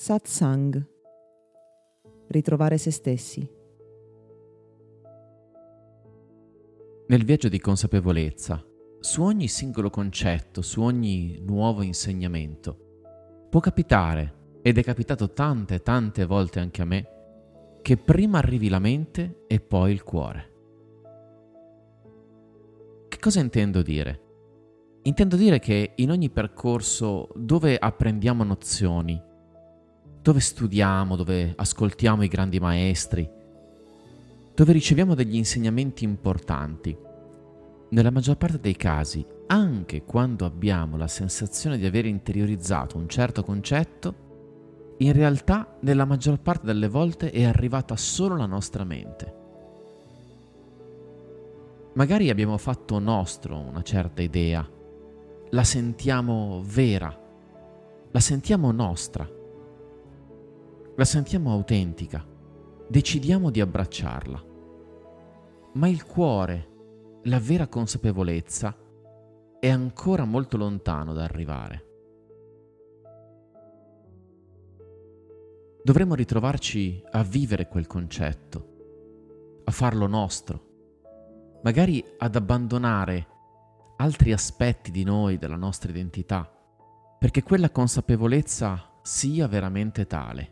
Satsang. Ritrovare se stessi. Nel viaggio di consapevolezza, su ogni singolo concetto, su ogni nuovo insegnamento, può capitare, ed è capitato tante volte anche a me, che prima arrivi la mente e poi il cuore. Che cosa intendo dire? Intendo dire che in ogni percorso dove apprendiamo nozioni, dove studiamo, dove ascoltiamo i grandi maestri, dove riceviamo degli insegnamenti importanti, nella maggior parte dei casi, anche quando abbiamo la sensazione di aver interiorizzato un certo concetto, in realtà nella maggior parte delle volte è arrivata solo la nostra mente. Magari abbiamo fatto nostro una certa idea, la sentiamo vera, la sentiamo nostra, la sentiamo autentica, decidiamo di abbracciarla. Ma il cuore, la vera consapevolezza, è ancora molto lontano da arrivare. Dovremmo ritrovarci a vivere quel concetto, a farlo nostro, magari ad abbandonare altri aspetti di noi, della nostra identità, perché quella consapevolezza sia veramente tale.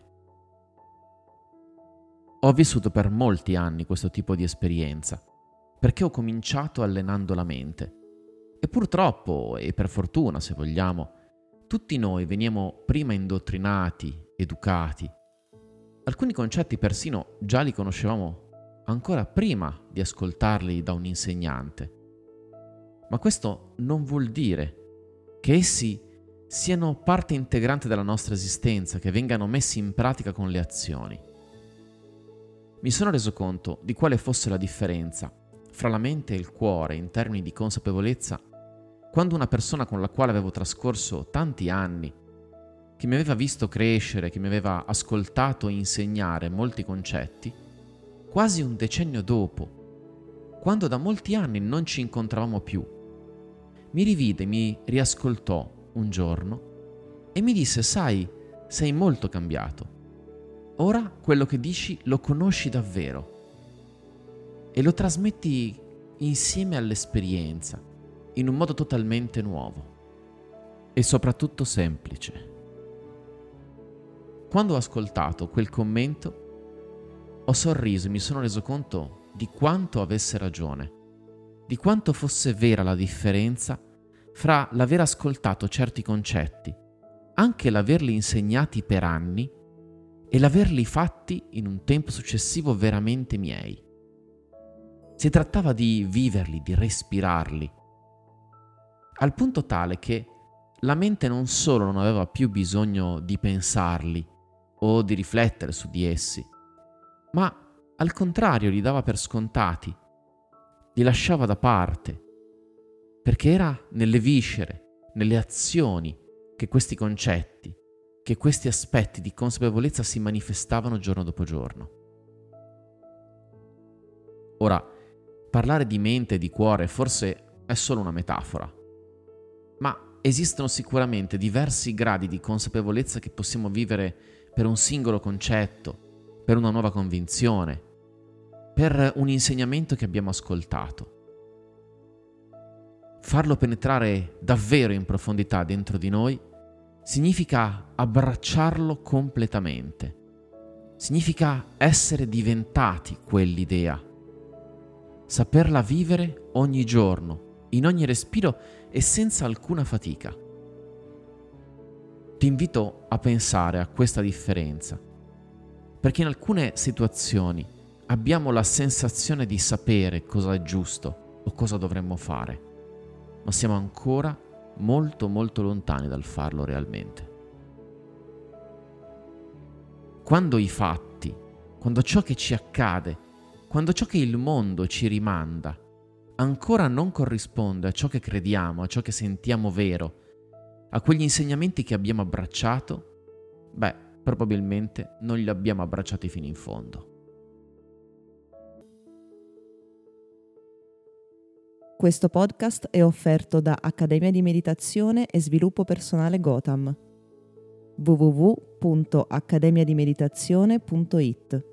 Ho vissuto per molti anni questo tipo di esperienza, perché ho cominciato allenando la mente. E purtroppo, e per fortuna se vogliamo, tutti noi veniamo prima indottrinati, educati. Alcuni concetti persino già li conoscevamo ancora prima di ascoltarli da un insegnante. Ma questo non vuol dire che essi siano parte integrante della nostra esistenza, che vengano messi in pratica con le azioni. Mi sono reso conto di quale fosse la differenza fra la mente e il cuore in termini di consapevolezza quando una persona con la quale avevo trascorso tanti anni, che mi aveva visto crescere, che mi aveva ascoltato insegnare molti concetti, quasi un decennio dopo, quando da molti anni non ci incontravamo più, mi rivide, mi riascoltò un giorno e mi disse: sai, sei molto cambiato. Ora quello che dici lo conosci davvero e lo trasmetti insieme all'esperienza, in un modo totalmente nuovo e soprattutto semplice. Quando ho ascoltato quel commento, ho sorriso e mi sono reso conto di quanto avesse ragione, di quanto fosse vera la differenza fra l'aver ascoltato certi concetti, anche l'averli insegnati per anni, e l'averli fatti in un tempo successivo veramente miei. Si trattava di viverli, di respirarli, al punto tale che la mente non solo non aveva più bisogno di pensarli o di riflettere su di essi, ma al contrario li dava per scontati, li lasciava da parte, perché era nelle viscere, nelle azioni che questi concetti, che questi aspetti di consapevolezza si manifestavano giorno dopo giorno. Ora, parlare di mente e di cuore forse è solo una metafora, ma esistono sicuramente diversi gradi di consapevolezza che possiamo vivere per un singolo concetto, per una nuova convinzione, per un insegnamento che abbiamo ascoltato. Farlo penetrare davvero in profondità dentro di noi significa abbracciarlo completamente. Significa essere diventati quell'idea. Saperla vivere ogni giorno, in ogni respiro e senza alcuna fatica. Ti invito a pensare a questa differenza, perché in alcune situazioni abbiamo la sensazione di sapere cosa è giusto o cosa dovremmo fare, ma siamo ancora molto lontani dal farlo realmente. Quando i fatti, quando ciò che ci accade, quando ciò che il mondo ci rimanda ancora non corrisponde a ciò che crediamo, a ciò che sentiamo vero, a quegli insegnamenti che abbiamo abbracciato, probabilmente non li abbiamo abbracciati fino in fondo. Questo podcast è offerto da Accademia di Meditazione e Sviluppo Personale Gotham. www.accademiadimeditazione.it.